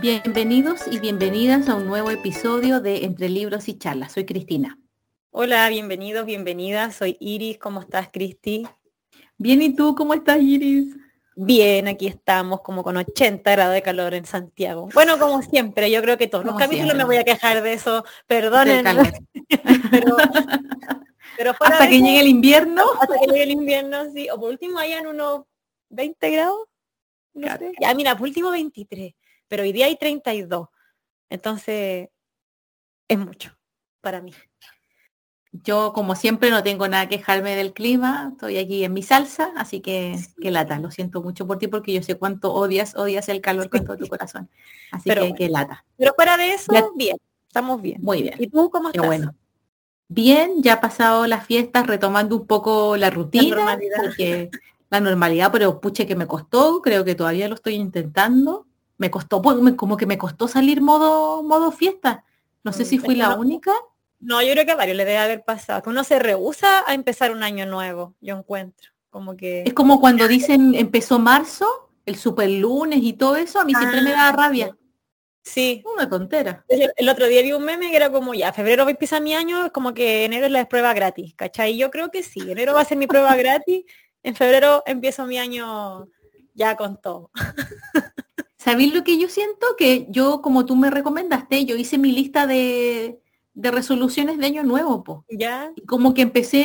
Bienvenidos y bienvenidas a un nuevo episodio de Entre Libros y Charlas. Soy Cristina. Hola, bienvenidos, bienvenidas. Soy Iris. ¿Cómo estás, Cristi? Bien, ¿y tú cómo estás, Iris? Bien, aquí estamos como con 80 grados de calor en Santiago. Bueno, como siempre, yo creo que todos los Como capítulos siempre. me voy a quejar de eso, Del perdonen, calor. pero, pero fuera Hasta de que eso, llegue el invierno. hasta que llegue el invierno, sí, o por último hayan unos 20 grados, no Claro. sé. Ya, mira, por último 23, pero hoy día hay 32, entonces es mucho para mí. Yo, como siempre, no tengo nada que quejarme del clima. Estoy aquí en mi salsa, así que lata. Lo siento mucho por ti porque yo sé cuánto odias el calor con todo tu corazón. Así Pero que bueno, lata. pero fuera de eso, Ya, bien, estamos bien. muy bien. ¿Y tú cómo Qué estás? bueno. Bien, ya ha pasado las fiestas, retomando un poco la La rutina, normalidad. porque la normalidad, pero puche que me costó, creo que todavía lo estoy intentando. Me costó, pues, como que me costó salir modo fiesta. No sé si Es fui que la no, única. no, yo creo que a varios le debe haber pasado, que uno se rehúsa a empezar un año nuevo, yo encuentro, como Es que... como cuando dicen empezó marzo, el super lunes y todo eso, a mí siempre me da Ah, rabia. sí. Una tontera. El otro día vi un meme que era como, ya, febrero empieza mi año, es como que enero es la prueba gratis, ¿cachai? Y yo creo que sí, enero va a ser mi prueba gratis, en febrero empiezo mi año ya con todo. ¿Sabéis lo que yo siento? Que yo, como tú me recomendaste, yo hice mi lista de resoluciones de año nuevo, po. ¿Ya? Y como que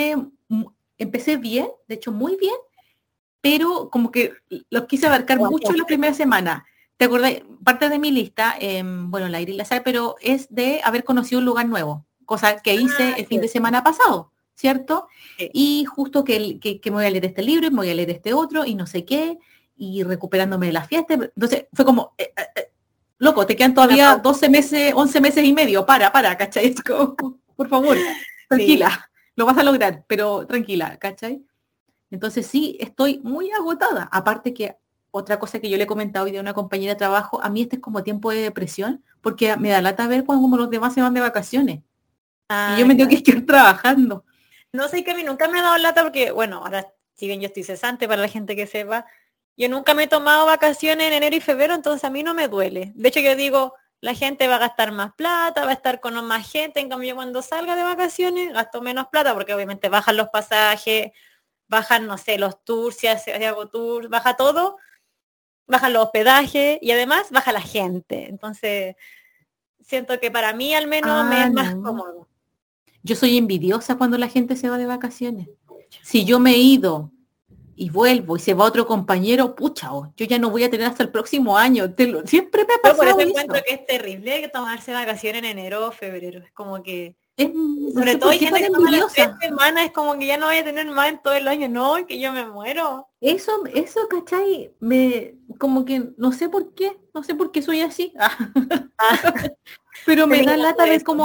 empecé bien, de hecho muy bien, pero como que los quise abarcar mucho la primera semana. ¿Te acordás? Parte de mi lista, bueno, la Iris la sabe, pero es de haber conocido un lugar nuevo, cosa que Ah, hice el fin de cierto. semana pasado, ¿cierto? Sí. Y justo que me voy a leer este libro y me voy a leer este otro y no sé qué, y recuperándome de la fiesta. Entonces fue como, loco, te quedan Una todavía pausa. 12 meses, 11 meses y medio, ¿cachai? Es como, por favor, Sí. tranquila, lo vas a lograr, pero tranquila, ¿cachai? Entonces sí, estoy muy agotada. Aparte que otra cosa que yo le he comentado hoy de una compañera de trabajo, a mí este es como tiempo de depresión, porque me da lata ver cuando como los demás se van de vacaciones y yo Ah, me tengo claro. que quedar trabajando. No sé que a mí nunca me ha dado lata porque, bueno, ahora si bien yo estoy cesante para la gente que sepa, yo nunca me he tomado vacaciones en enero y febrero, entonces a mí no me duele. De hecho, yo digo, la gente va a gastar más plata, va a estar con más gente, en cambio yo cuando salga de vacaciones gasto menos plata porque obviamente bajan los pasajes, bajan, no sé, los tours, si hago tours, baja todo, bajan los hospedajes y además baja la gente. Entonces, siento que para mí al menos me Ah, es más no. cómodo. Yo soy envidiosa cuando la gente se va de vacaciones. Si yo me he ido y vuelvo y se va otro compañero, pucha, yo ya no voy a tener hasta el próximo año. Siempre me ha Yo por eso pasado encuentro eso. que es terrible que tomarse vacaciones en enero o febrero. Es como que, No sobre sé todo por hay qué gente tan que toma las tres envidiosa. semanas, es como que ya no voy a tener más en todo el año. No, que yo me muero. Eso, ¿cachai? Como que no sé por qué soy así. Ah, Pero me da eliminando lata ver eso.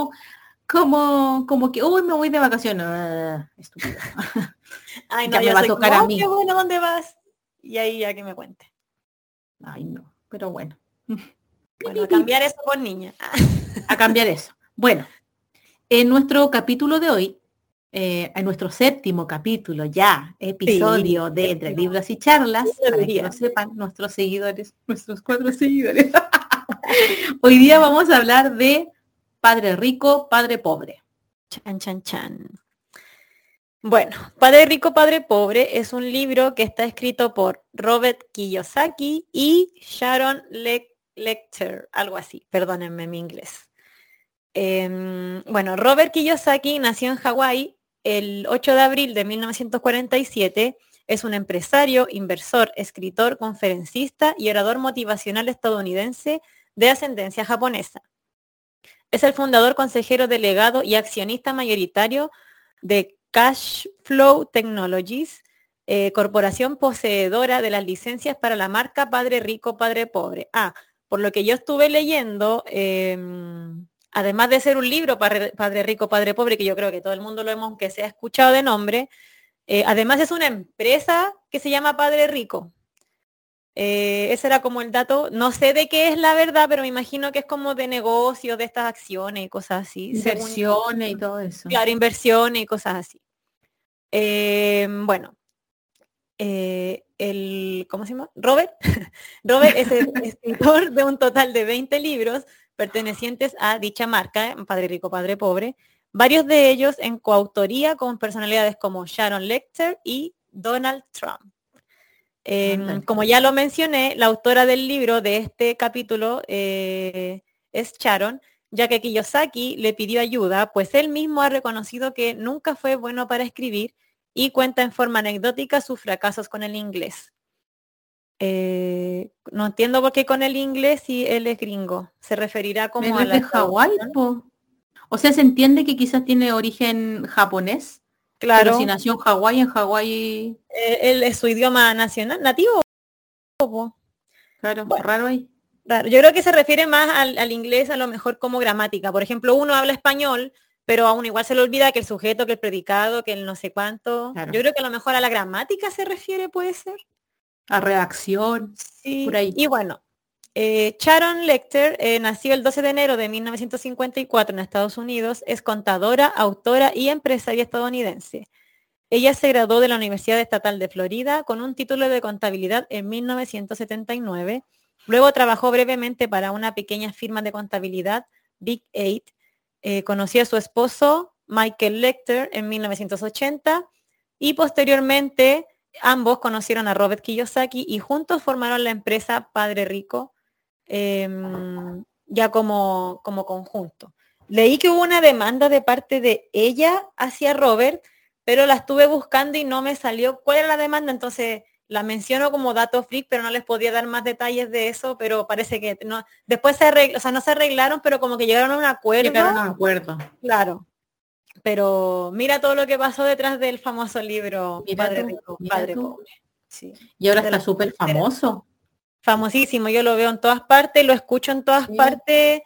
como que, uy, me voy de vacaciones. Estúpido. Ay, no, Ya me yo va a soy como, tocar a oh, qué mí. bueno, ¿dónde vas? Y ahí ya que me cuente. Ay, no, pero bueno. Pi, Bueno, pi, a pi. cambiar eso por niña. A cambiar eso. Bueno, en nuestro capítulo de hoy, en nuestro séptimo capítulo ya, Sí, episodio de Entre séptimo. Libros y ¿Quién Charlas, lo para que lo diría? sepan nuestros seguidores, nuestros 4 seguidores. Hoy día vamos a hablar de Padre Rico, Padre Pobre. Chan, chan, chan. Bueno, Padre Rico, Padre Pobre es un libro que está escrito por Robert Kiyosaki y Sharon Lecter, algo así, perdónenme mi inglés. Bueno, Robert Kiyosaki nació en Hawái el 8 de abril de 1947. Es un empresario, inversor, escritor, conferencista y orador motivacional estadounidense de ascendencia japonesa. Es el fundador, consejero delegado y accionista mayoritario de Cashflow Technologies, corporación poseedora de las licencias para la marca Padre Rico, Padre Pobre. Por lo que yo estuve leyendo, además de ser un libro, Padre Rico, Padre Pobre, que yo creo que todo el mundo lo hemos, aunque sea escuchado de nombre, además es una empresa que se llama Padre Rico. Ese era como el dato. No sé de qué es la verdad, pero me imagino que es como de negocios, de estas acciones y cosas así, según yo. Inversiones y todo eso. Claro, inversiones y cosas así. Bueno, ¿cómo se llama? Robert. Robert es el escritor de un total de 20 libros pertenecientes a dicha marca, Padre Rico, Padre Pobre, varios de ellos en coautoría con personalidades como Sharon Lecter y Donald Trump. Como ya lo mencioné, la autora del libro de este capítulo es Sharon, ya que Kiyosaki le pidió ayuda, pues él mismo ha reconocido que nunca fue bueno para escribir y cuenta en forma anecdótica sus fracasos con el inglés. No entiendo por qué con el inglés si él es gringo. Se referirá como a la de Hawái, o sea, se entiende que quizás tiene origen japonés. Claro. Pero si nació en Hawái... él es su idioma nacional, nativo. Claro, bueno, raro ahí. Raro. Yo creo que se refiere más al inglés a lo mejor como gramática. Por ejemplo, uno habla español, pero aún igual se le olvida que el sujeto, que el predicado, que el no sé cuánto. Claro. Yo creo que a lo mejor a la gramática se refiere, puede ser. A redacción, sí. Por ahí. Y bueno, Sharon Lecter nació el 12 de enero de 1954 en Estados Unidos, es contadora, autora y empresaria estadounidense. Ella se graduó de la Universidad Estatal de Florida con un título de contabilidad en 1979. Luego trabajó brevemente para una pequeña firma de contabilidad, Big 8. Conoció a su esposo, Michael Lecter, en 1980 y posteriormente ambos conocieron a Robert Kiyosaki y juntos formaron la empresa Padre Rico, ya como conjunto. Leí que hubo una demanda de parte de ella hacia Robert, pero la estuve buscando y no me salió cuál era la demanda, entonces la menciono como dato freak, pero no les podía dar más detalles de eso, pero parece que no, después no se arreglaron, pero como que llegaron a un acuerdo. Llegaron a un acuerdo. Claro. Pero mira todo lo que pasó detrás del famoso libro Padre Rico, Padre Pobre. Sí. Y ahora está súper famoso. Famosísimo, yo lo veo en todas partes, lo escucho en todas partes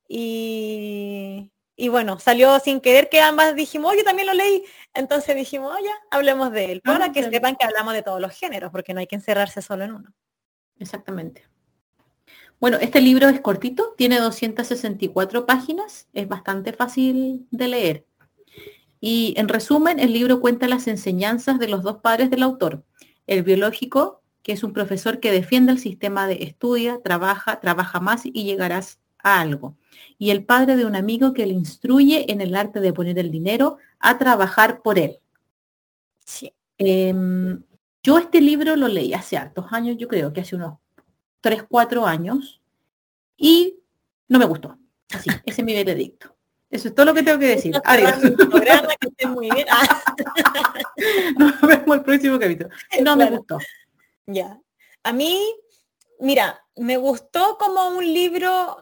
y bueno, salió sin querer que ambas dijimos, yo también lo leí, entonces dijimos, ya, hablemos de él. Para que sepan que hablamos de todos los géneros, porque no hay que encerrarse solo en uno. Exactamente. Bueno, este libro es cortito, tiene 264 páginas, es bastante fácil de leer. Y en resumen, el libro cuenta las enseñanzas de los dos padres del autor. El biológico, que es un profesor que defiende el sistema de estudia, trabaja más y llegarás a algo. Y el padre de un amigo que le instruye en el arte de poner el dinero a trabajar por él. Sí. Yo este libro lo leí hace hartos años, yo creo que hace unos 3, 4 años, y no me gustó. Así, ese es mi veredicto. Eso es todo lo que tengo que decir. Adiós. Programa, que esté muy bien. Nos vemos el próximo capítulo. No me gustó. Ya. A mí, mira, me gustó como un libro,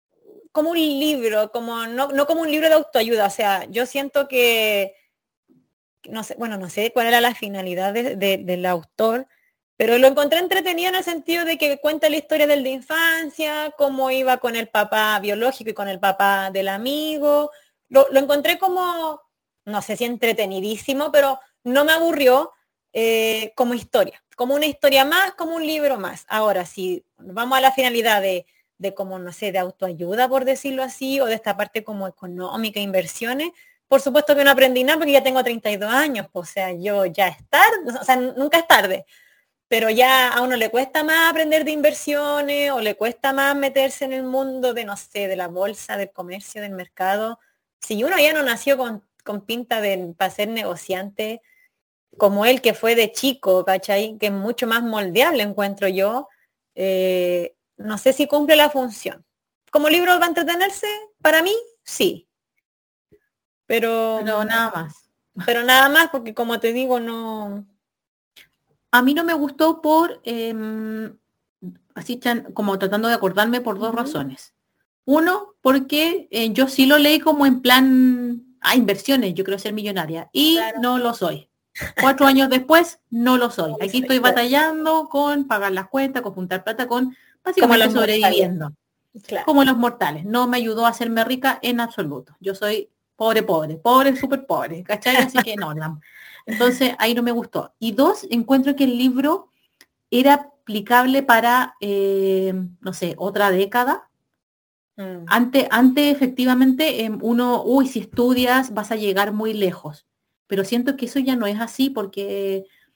no como un libro de autoayuda. O sea, yo siento que, no sé cuál era la finalidad del autor, pero lo encontré entretenido en el sentido de que cuenta la historia del de infancia, cómo iba con el papá biológico y con el papá del amigo. Lo encontré como, no sé si entretenidísimo, pero no me aburrió como historia. Como una historia más, como un libro más. Ahora, si vamos a la finalidad de como, no sé, de autoayuda, por decirlo así, o de esta parte como económica, inversiones, por supuesto que no aprendí nada porque ya tengo 32 años. O sea, yo ya es tarde, o sea, nunca es tarde. Pero ya a uno le cuesta más aprender de inversiones o le cuesta más meterse en el mundo de, no sé, de la bolsa, del comercio, del mercado. Si uno ya no nació con pinta para ser negociante, como él que fue de chico, ¿cachai? Que es mucho más moldeable, encuentro yo, no sé si cumple la función. Como libro va a entretenerse, para mí, sí. Pero nada más. Pero nada más, porque como te digo, no... A mí no me gustó por, así como tratando de acordarme por dos razones. Uno, porque yo sí lo leí como en plan, inversiones, yo quiero ser millonaria. Y no lo soy. 4 años después, no lo soy. Aquí estoy batallando con pagar las cuentas, con juntar plata, con básicamente sobreviviendo. Claro. Como los mortales. No me ayudó a hacerme rica en absoluto. Yo soy pobre, súper pobre, ¿cachai? Así que no. Entonces ahí no me gustó. Y dos, encuentro que el libro era aplicable para, no sé, otra década. Antes efectivamente, si estudias vas a llegar muy lejos. Pero siento que eso ya no es así porque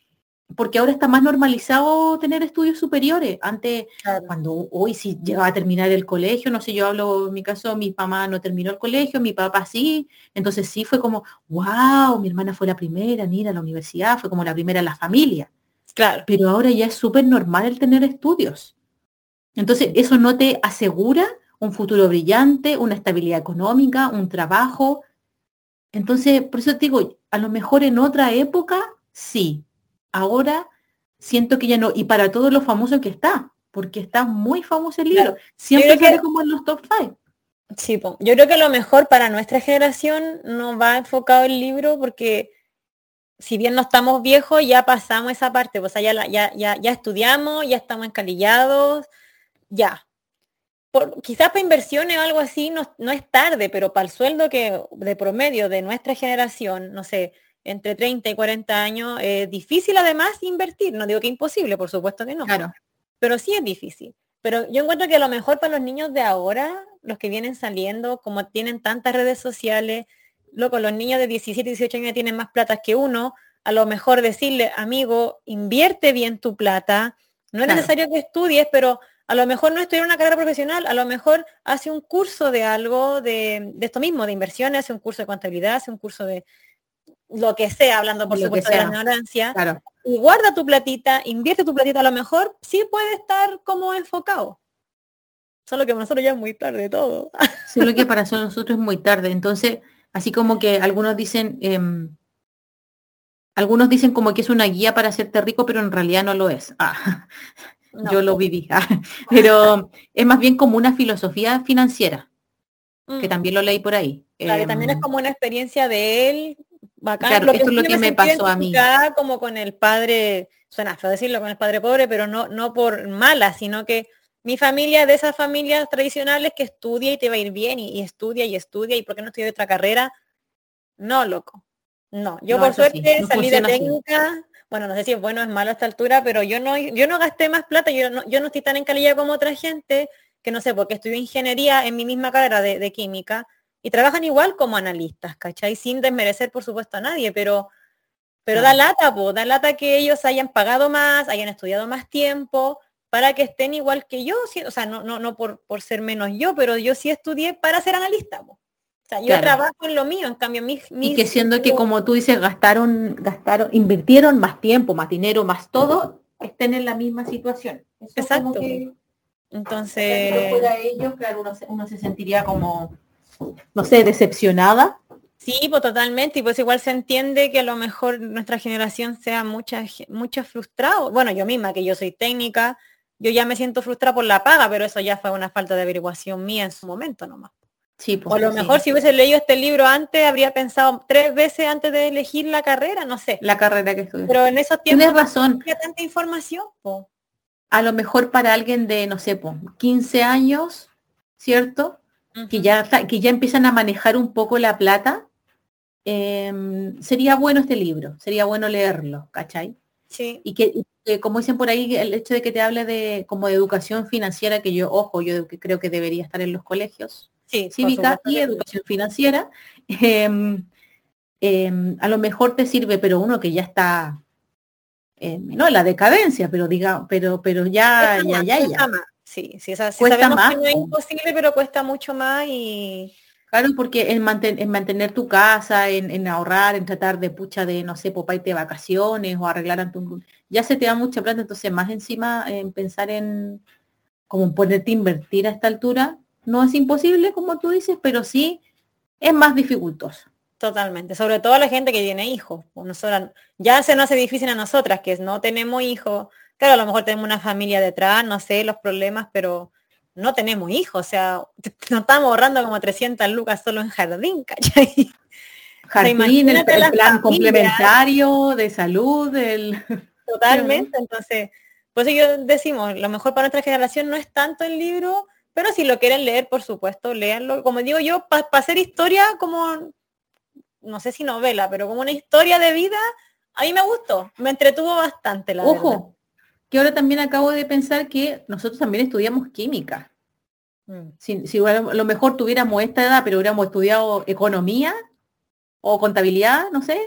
porque ahora está más normalizado tener estudios superiores. Antes, Claro. cuando hoy si llegaba a terminar el colegio, no sé, yo hablo en mi caso, mi mamá no terminó el colegio, mi papá sí, entonces sí fue como, wow, mi hermana fue la primera en ir a la universidad, fue como la primera en la familia. Claro. Pero ahora ya es súper normal el tener estudios. Entonces, eso no te asegura un futuro brillante, una estabilidad económica, un trabajo. Entonces, por eso te digo, a lo mejor en otra época, sí. Ahora siento que ya no. Y para todos los famosos que está, porque está muy famoso el Claro. libro. Yo Siempre creo sale que, como en los top 5. sí, po. Yo creo que lo mejor para nuestra generación no va enfocado el libro porque si bien no estamos viejos, ya pasamos esa parte, pues, o sea, ya estudiamos, ya estamos encalillados, ya. Quizás para inversiones o algo así no es tarde, pero para el sueldo que de promedio de nuestra generación, no sé, entre 30 y 40 años, es difícil además invertir. No digo que imposible, por supuesto que no, Claro. pero sí es difícil. Pero yo encuentro que a lo mejor para los niños de ahora, los que vienen saliendo, como tienen tantas redes sociales, loco, los niños de 17, 18 años ya tienen más plata que uno, a lo mejor decirle, amigo, invierte bien tu plata, no es Claro. necesario que estudies, pero a lo mejor no estudiar una carrera profesional, a lo mejor hace un curso de algo, de esto mismo, de inversiones, hace un curso de contabilidad, hace un curso de lo que sea, hablando por Lo que supuesto de la sea. ignorancia, Claro. y guarda tu platita, invierte tu platita, a lo mejor sí puede estar como enfocado. Solo que para nosotros ya es muy tarde todo. Solo que para nosotros es muy tarde. Entonces, así como que algunos dicen como que es una guía para hacerte rico, pero en realidad no lo es. Ah, yo No, lo po. viví. Pero es más bien como una filosofía financiera, que Mm, también lo leí por ahí. claro, y también es como una experiencia de él, bacán. Claro, Lo que esto es sí lo yo que me me sentí pasó a mí. identificada como con el padre, suena feo decirlo, con el padre pobre, pero no por mala, sino que mi familia de esas familias tradicionales que estudia y te va a ir bien y estudia y estudia y por qué no estudia otra carrera. No, loco. No, yo No, por eso sí, suerte no salí de funciona así. técnica, bueno, no sé si es bueno o es malo a esta altura, pero yo no gasté más plata, yo no estoy tan encalillada como otra gente, que no sé, porque estudió ingeniería en mi misma carrera de química, y trabajan igual como analistas, ¿cachai? Sin desmerecer, por supuesto, a nadie, pero da Claro, lata, da lata que ellos hayan pagado más, hayan estudiado más tiempo, para que estén igual que yo, o sea, no por ser menos yo, pero yo sí estudié para ser analista, po. O sea, yo claro. trabajo en lo mío, en cambio Y que mis siendo que como tú dices, invirtieron más tiempo, más dinero, más todo, estén en la misma situación. Eso como exacto, po. que, o sea, si yo Entonces, fuera ellos, claro, uno se sentiría como, no sé, decepcionada. sí, pues totalmente, y pues igual se entiende que a lo mejor nuestra generación sea muchos frustrados. Bueno, yo misma, que yo soy técnica, yo ya me siento frustrada por la paga, pero eso ya fue una falta de averiguación mía en su momento nomás. Sí, O a pues, lo mejor sí. si hubiese leído este libro antes, habría pensado 3 veces antes de elegir la carrera, no sé. La carrera que estudias. Pero en esos Tienes tiempos no razón. había tanta información, po. A lo mejor para alguien de, no sé, pues, 15 años, ¿cierto? Ujú. Que ya empiezan a manejar un poco la plata, sería bueno este libro, sería bueno leerlo, ¿cachai? Sí, Y que, como dicen por ahí, el hecho de que te hable de como de educación financiera, que yo, ojo, yo que creo que debería estar en los colegios, sí, por cívica supuesto y que sí. educación financiera, em, a lo mejor te sirve, pero uno que ya está, no en la decadencia, pero pero ya, Cuesta ya, más, ya, cuesta ya. más. Sí, sí, o sea, sí Cuesta sabemos que más, no es po. imposible, pero cuesta mucho más y Claro, porque en mantener tu casa, en ahorrar, en tratar de pucha de, no sé, popá irte de vacaciones o arreglar ya se te da mucha plata, entonces más encima en pensar en como ponerte a invertir a esta altura, no es imposible, como tú dices, pero sí es más dificultoso. totalmente. Sobre todo la gente que tiene hijos. Pues nosotras, ya se nos hace difícil a nosotras, que no tenemos hijos. Claro, a lo mejor tenemos una familia detrás, no sé, los problemas, pero no tenemos hijos. O sea, nos estamos ahorrando como 300 lucas solo en jardín, ¿cachai? O sea, Jardín, imagínate el las plan familias. complementario de salud, ¿sí o no? Totalmente, entonces, por eso yo decimos, lo mejor para nuestra generación no es tanto el libro, pero si lo quieren leer, por supuesto, léanlo. Como digo yo, para hacer historia, como, no sé si novela, pero como una historia de vida, a mí me gustó, me entretuvo bastante, la verdad. Ojo, que ahora también acabo de pensar que nosotros también estudiamos química. Mm. Si a lo mejor tuviéramos esta edad, pero hubiéramos estudiado economía o contabilidad, no sé,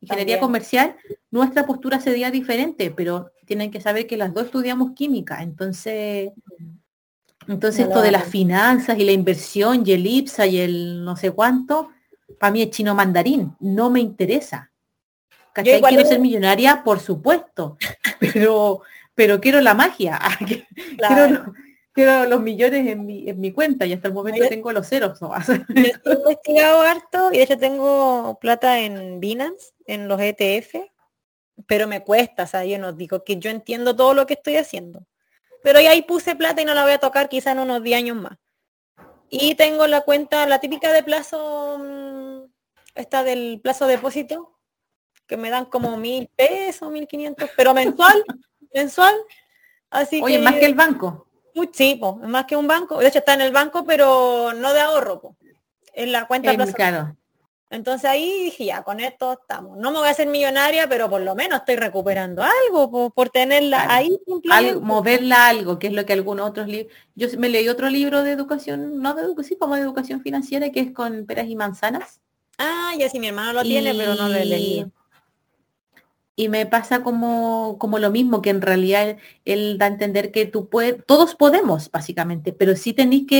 ingeniería comercial, nuestra postura sería diferente, pero tienen que saber que las dos estudiamos química, entonces No esto lo de las hago. finanzas y la inversión y el IPSA y el no sé cuánto, para mí es chino mandarín, no me interesa. Yo ¿Cachai? igual, Quiero ser millonaria, por supuesto, pero, pero quiero la magia, quiero, claro. quiero los millones en mi cuenta y hasta el No, momento tengo los ceros nomás. yo sí he investigado harto y de hecho tengo plata en Binance, en los ETF, pero me cuesta, o sea, yo no digo que yo entiendo todo lo que estoy haciendo. Pero ya ahí puse plata y no la voy a tocar quizá en unos 10 años más. Y tengo la cuenta, la típica de plazo, esta del plazo depósito, que me dan como 1.000 pesos, 1.500, pero mensual. Así Oye, más que que, el banco. sí, po, es más que un banco. De hecho está en el banco, pero no de ahorro, po, en la cuenta a plazo. Claro, Entonces ahí dije, ya, con esto estamos. No me voy a hacer millonaria, pero por lo menos estoy recuperando algo por tenerla claro. ahí simplemente. Moverla a algo, que es lo que algunos otros libros. Yo me leí otro libro de educación, no de educación, sí, como de educación financiera, que es con peras y manzanas. Ah, ya sí, mi hermano lo tiene, pero no lo he Y, leído. y me pasa como lo mismo, que en realidad él da a entender que tú puedes, todos podemos, básicamente, pero sí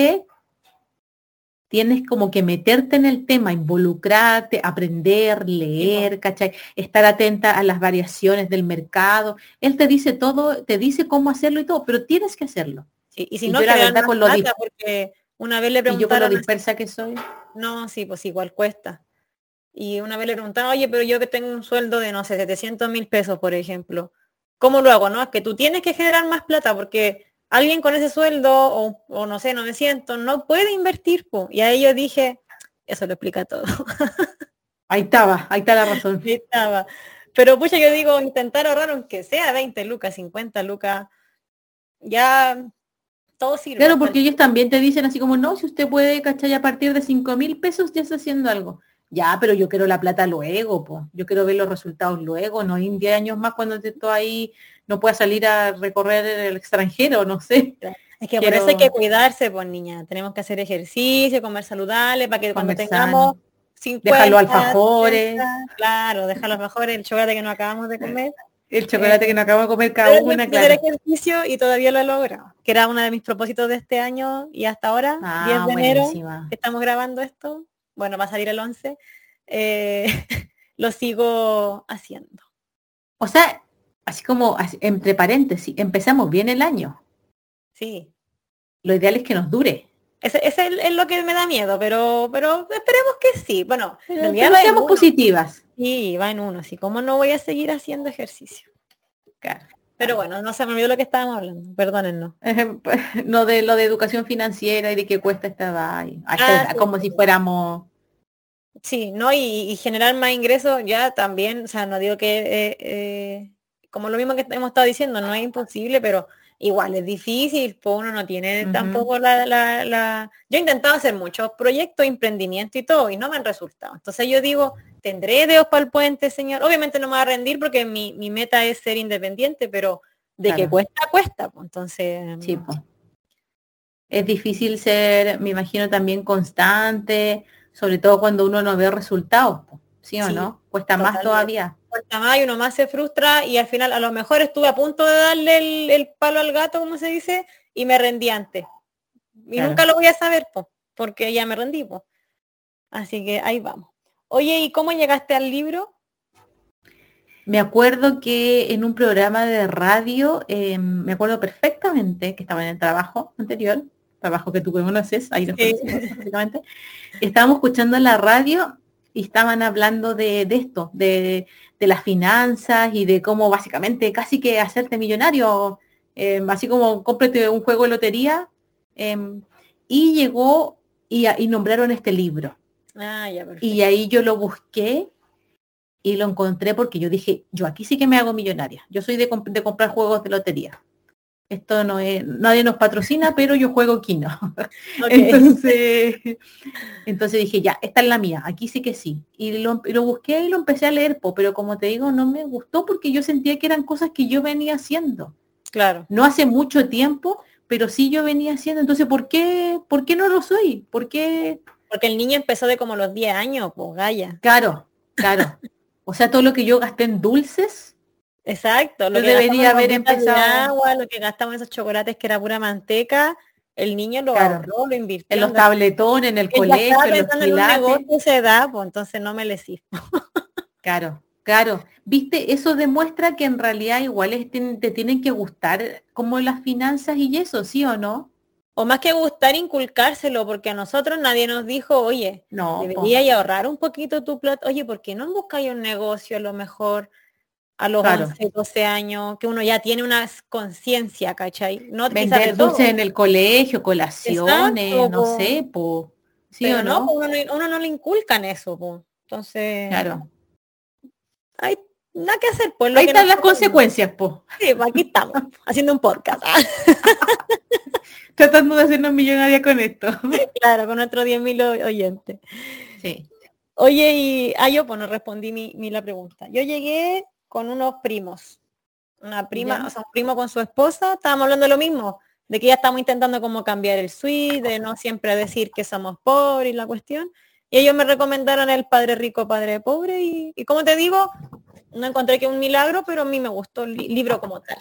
tienes como que meterte en el tema, involucrarte, aprender, Sí, po. leer, ¿cachai? Estar atenta a las variaciones del mercado. Él te dice todo, te dice cómo hacerlo y todo, pero tienes que hacerlo. Sí, y si Y no, yo la generar verdad más con plata, porque una vez le y yo con lo preguntaron así, dispersa que soy, no, sí, pues igual cuesta. Y una vez le preguntaron, oye, pero yo que tengo un sueldo de, no sé, 700.000 pesos, por ejemplo, ¿cómo lo hago? No, es que tú tienes que generar más plata porque alguien con ese sueldo o no sé, 900, no puede invertir, po. Y ahí yo dije, eso lo explica todo. ahí está la razón. Ahí estaba. Pero pucha, yo digo, intentar ahorrar aunque sea 20 lucas, 50 lucas, ya todo sirve Claro, hasta el... porque ellos también te dicen así como, no, si usted puede, ¿cachai? A partir de 5.000 pesos ya está haciendo algo. Ya, pero yo quiero la plata luego, pues. Yo quiero ver los resultados luego, no en 10 años más cuando te estoy ahí, no pueda salir a recorrer el extranjero, no sé. Es que por eso hay que Quiero cuidarse, pues niña. Tenemos que hacer ejercicio, comer saludable, para que cuando comer tengamos sano. Deja los 50, alfajores, 60, claro, dejar los mejores, el chocolate que no acabamos de comer. el Eh, chocolate que nos acabamos de comer cada pero yo una, empecé a hacer claro. ejercicio y todavía lo he logrado, que era uno de mis propósitos de este año y hasta ahora, 10 Ah, de enero, buenísima. que estamos grabando esto, bueno, va a salir el 11, eh, lo sigo haciendo. O sea, así como entre paréntesis, empezamos bien el año. Sí. Lo ideal es que nos dure. Ese es lo que me da miedo, pero esperemos que sí. Bueno, en realidad Pero va en seamos uno. positivas. Sí, va en uno, así como no voy a seguir haciendo ejercicio. Claro, Pero claro. bueno, no se me olvidó lo que estábamos hablando, perdónennos. No de lo de educación financiera y de qué cuesta esta edad, a esta Ah, edad, sí, como si fuéramos, sí, ¿no? Y generar más ingresos ya también, o sea, no digo que, como lo mismo que hemos estado diciendo, no es imposible, pero igual es difícil, pues uno no tiene ujú, tampoco Yo he intentado hacer muchos proyectos, emprendimiento y todo, y no me han resultado. Entonces yo digo, ¿tendré dedos para el puente, señor? Obviamente no me voy a rendir porque mi meta es ser independiente, pero de que claro, cuesta, cuesta, pues. Entonces, sí, pues. Es difícil ser, me imagino, también constante, sobre todo cuando uno no ve resultados, po, ¿sí o sí, no? Cuesta más totalmente. todavía. Cuesta más y uno más se frustra y al final a lo mejor estuve a punto de darle el palo al gato, como se dice, y me rendí antes. Y nunca Claro. lo voy a saber, po, porque ya me rendí, po. Así que ahí vamos. Oye, ¿y cómo llegaste al libro? Me acuerdo que en un programa de radio, me acuerdo perfectamente que estaba en el trabajo anterior, trabajo que tú conoces, ahí nos Sí. conocimos básicamente. Estábamos escuchando en la radio y estaban hablando de esto, de las finanzas y de cómo básicamente casi que hacerte millonario, así como cómprate un juego de lotería. em, y llegó y nombraron este libro. Ah, ya, Y perfecto. ahí yo lo busqué y lo encontré porque yo dije, yo aquí sí que me hago millonaria. Yo soy de comprar juegos de lotería. Esto no es, nadie nos patrocina, pero yo juego Kino. Ok, Entonces, entonces dije, ya, esta es la mía, aquí sí que sí. Y lo busqué y lo empecé a leer, pero como te digo, no me gustó porque yo sentía que eran cosas que yo venía haciendo. claro. No hace mucho tiempo, pero sí yo venía haciendo. Entonces, ¿por qué no lo soy? ¿Por qué? Porque el niño empezó de como los 10 años, pues, Gaya. Claro, claro. O sea, todo lo que yo gasté en dulces, Exacto, lo yo que debería gastamos en haber botellas de empezado, agua, lo que gastamos en esos chocolates que era pura manteca, el niño lo claro, ahorró, lo en invirtió los en dar. tabletones, en el Él ya estaba colegio, en los pensando en un quilates. negocio a esa edad, pues entonces no me le sirvo. Claro, claro. Viste, eso demuestra que en realidad igual te tienen que gustar como las finanzas y eso, ¿sí o no? O más que gustar, inculcárselo, porque a nosotros nadie nos dijo, oye, No, pues, deberías ahorrar un poquito tu plata. Oye, ¿por qué no buscáis un negocio a lo mejor a los claro. 11 12 años, que uno ya tiene una conciencia, ¿cachai? No quizás de Vender dulces todo. en el colegio, colaciones, Exacto, no po. sé, pues, ¿sí o Pero no, no? uno no le inculcan eso, po. Entonces, Claro. hay nada que hacer, pues lo Ahí que están nos las toca vivir. consecuencias, pues. Sí, pues aquí estamos, haciendo un podcast. Tratando de hacernos millonarias con esto. Claro, con nuestros 10.000 oyentes. Sí. Oye, yo pues no respondí la pregunta. Yo llegué con unos primos, una prima, o ¿Ya? sea, un primo con su esposa, estábamos hablando de lo mismo, de que ya estamos intentando como cambiar el suite, de no siempre decir que somos pobres y la cuestión. Y ellos me recomendaron el Padre Rico, Padre Pobre, y como te digo, no encontré que un milagro, pero a mí me gustó el libro como tal.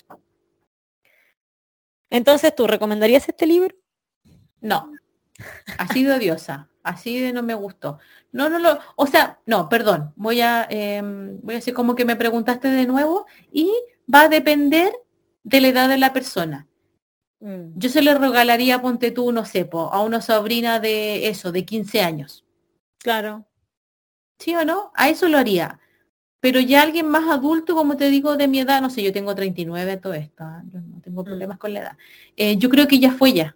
Entonces, ¿tú recomendarías este libro? No. Así de odiosa, así de no me gustó. No, no lo, o sea, no, perdón, voy a decir como que me preguntaste de nuevo y va a depender de la edad de la persona. Mm, Yo se le regalaría, ponte tú, no sé, a una sobrina de eso, de 15 años. claro. ¿Sí o no? A eso lo haría. Pero ya alguien más adulto, como te digo, de mi edad, no sé, yo tengo 39 todo esto, ¿ah? Yo no tengo Mm, problemas con la edad. Yo creo que ya fue ya.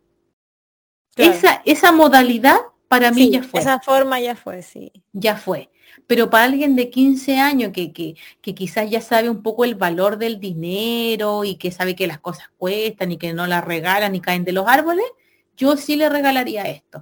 claro. Esa modalidad para mí ya Sí, fue. esa forma ya fue, sí. Ya fue. Pero para alguien de 15 años que quizás ya sabe un poco el valor del dinero y que sabe que las cosas cuestan y que no las regalan y caen de los árboles, yo sí le regalaría esto.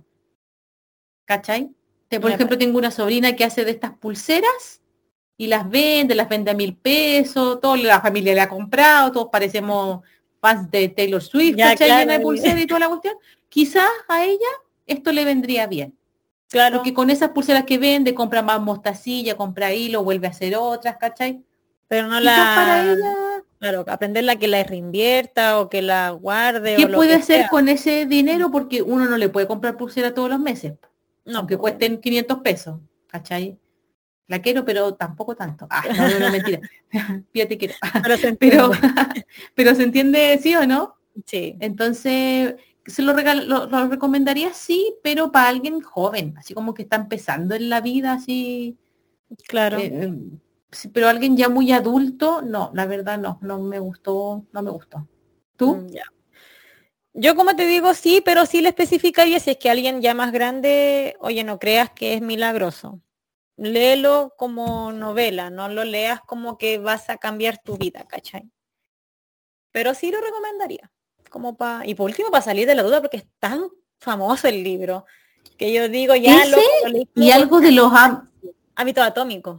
¿Cachai? Por Me ejemplo, parece. tengo una sobrina que hace de estas pulseras y las vende a 1.000 pesos, toda la familia le ha comprado, todos parecemos fans de Taylor Swift, Ya, ¿cachai? claro, Llena de pulseras y toda la cuestión. Quizás a ella esto le vendría bien. Porque claro, con esas pulseras que vende, compra más mostacilla, compra hilo, vuelve a hacer otras, ¿cachai? pero no Quizás para la, ella, claro, aprenderla que la reinvierta o que la guarde ¿qué o lo puede que hacer sea. con ese dinero? Porque uno no le puede comprar pulsera todos los meses, No, aunque pues cuesten obviamente. 500 pesos, ¿cachai? La quiero, pero tampoco tanto. Ah, no, no, no, mentira. Fíjate, quiero. Pero se Pero, entiende. pero se entiende, ¿sí o no? Sí, Entonces, lo recomendaría, sí, pero para alguien joven, así como que está empezando en la vida, así. claro. Eh, sí, pero alguien ya muy adulto, no, la verdad no, no me gustó, no me gustó. ¿Tú? Ya. Yo como te digo, sí, pero sí le especificaría si es que alguien ya más grande, oye, no creas que es milagroso. Léelo como novela, no lo leas como que vas a cambiar tu vida, ¿cachai? Pero sí lo recomendaría. Como y por último, para salir de la duda, porque es tan famoso el libro, que yo digo, ya Ese loco, lo leí y como por algo de los hábito atómico.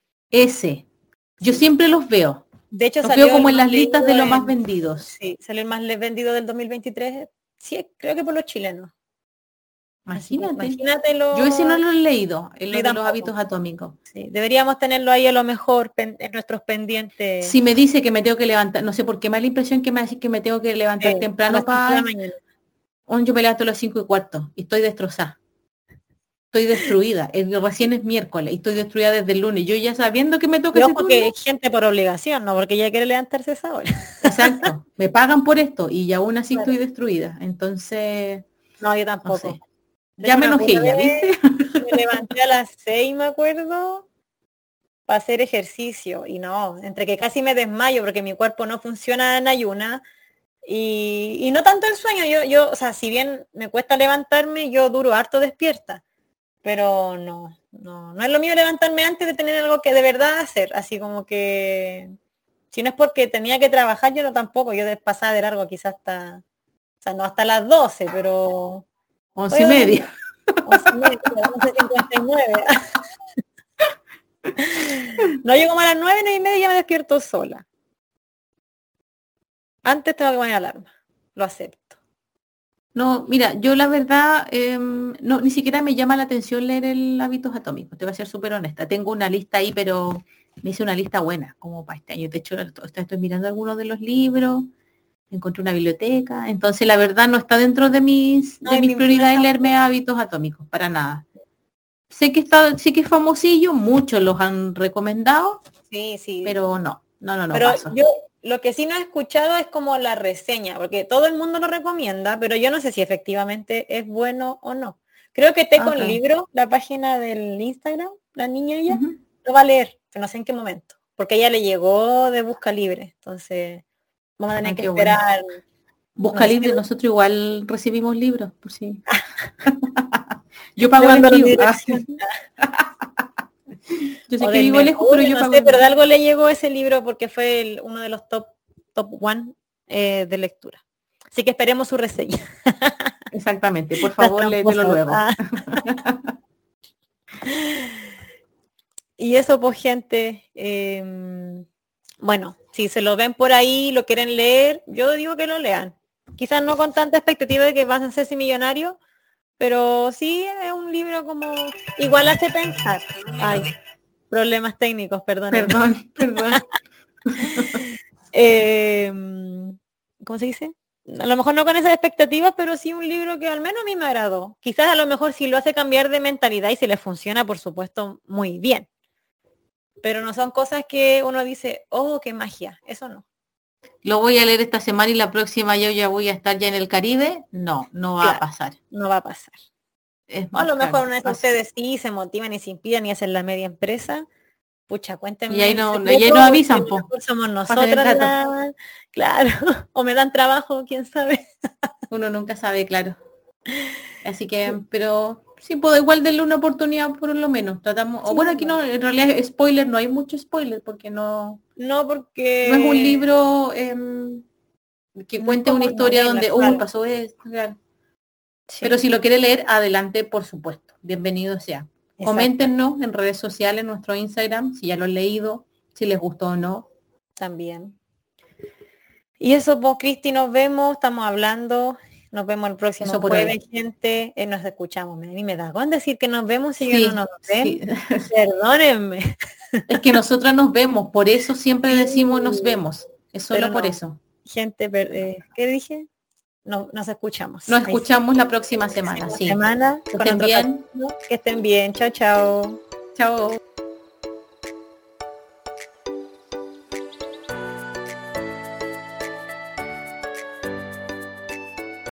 ese. Yo Sí. siempre los veo. De hecho, Los veo salió el como en más las listas de leído los más vendidos. sí, salió el más vendido del 2023. Sí, creo que por los chilenos. Así que Imagínate. Yo ese no imagínatelo, lo he leído, en ni lo de los tampoco. hábitos atómicos. Sí, deberíamos tenerlo ahí a lo mejor en nuestros pendientes Si me dice que me tengo que levantar, no sé por qué me da la impresión que me va a decir que me tengo que levantar a las temprano 5 de la para... mañana. Yo me levanto a las 5:15 y estoy destrozada. Estoy destruida. Recién es miércoles y estoy destruida desde el lunes. Yo ya sabiendo que me toca Y ese ojo que hay turno, gente por obligación, no porque ella quiere levantarse a esa hora. exacto, me pagan por esto y aún así Claro. estoy destruida. Entonces, No, yo no sé. tampoco. De Ya hecho, me una pura enojé ya, vez ¿viste? me levanté a las 6, me acuerdo, para hacer ejercicio. Y no, entre que casi me desmayo porque mi cuerpo no funciona en ayuna. Y no tanto el sueño, o sea, si bien me cuesta levantarme, yo duro harto despierta. Pero no es lo mío levantarme antes de tener algo que de verdad hacer. Así como que, si no es porque tenía que trabajar, yo no tampoco. Yo pasaba de largo quizás hasta, o sea, no hasta las 12, pero... Once Voy y a dormir media. 11:30, 11:59. No llego como a las 9, 9:30 ya me despierto sola. Antes tengo que poner alarma. Lo acepto. No, mira, yo la verdad, no, ni siquiera me llama la atención leer el Hábitos Atómicos, te voy a ser súper honesta. Tengo una lista ahí, pero me hice una lista buena como para este año. De hecho, estoy mirando algunos de los libros, encontré una biblioteca, entonces la verdad no está dentro de mis prioridades leerme Hábitos Atómicos, para nada. Sé que es famosillo, muchos los han recomendado, sí. Pero no pero paso. yo lo que sí no he escuchado es como la reseña, porque todo el mundo lo recomienda, pero yo no sé si efectivamente es bueno o no. Creo que con Libro, la página del Instagram, la niña ella, lo va a leer, pero no sé en qué momento, porque ella le llegó de Busca Libre, entonces vamos a tener que esperar. Bueno. Busca Libre, nosotros igual recibimos libros, por si. Yo pago el envío. Yo sé que vivo lejos, pero yo pago. Pero de algo le llegó ese libro porque fue uno de los top one de lectura. Así que esperemos su reseña. Exactamente, por favor, léetelo luego. Y eso, pues, gente, bueno, si se lo ven por ahí, lo quieren leer, yo digo que lo lean. Quizás no con tanta expectativa de que van a hacerse millonarios, pero sí es un libro como igual hace pensar. Ay, problemas técnicos, perdón. ¿Cómo se dice? A lo mejor no con esas expectativas, pero sí un libro que al menos a mí me agradó. Quizás a lo mejor sí lo hace cambiar de mentalidad y si le funciona, por supuesto, muy bien. Pero no son cosas que uno dice, oh, qué magia. Eso no. Lo voy a leer esta semana y la próxima yo ya voy a estar ya en el Caribe. No va a pasar. No va a pasar. A lo mejor ustedes sí se motivan y se inspiran y hacen la media empresa. Pucha, cuéntenme. Y ahí no avisan, pues somos nosotras. Claro. O me dan trabajo, quién sabe. Uno nunca sabe, claro. Así que, pero sí puedo igual darle una oportunidad por lo menos. Tratamos. Sí, o bueno, aquí no, en realidad spoiler, no hay mucho spoiler porque no. No, porque. No es un libro que cuente una historia donde, pasó esto, claro. Sí. Pero si lo quiere leer, adelante, por supuesto. Bienvenido sea. Exacto. Coméntenos en redes sociales, en nuestro Instagram, si ya lo han leído, si les gustó o no. También. Y eso, pues, Cristi, nos vemos, estamos hablando. Nos vemos el próximo jueves, gente. Nos escuchamos. A mí me da con decir que nos vemos y yo no nos ven. Sí. Perdónenme. Es que nosotras nos vemos, por eso siempre decimos nos vemos. Es solo por eso. Gente, ¿qué dije? No, nos escuchamos. Nos escuchamos la próxima semana, sí. Que estén bien. Que estén bien. Chao, chao. Chao.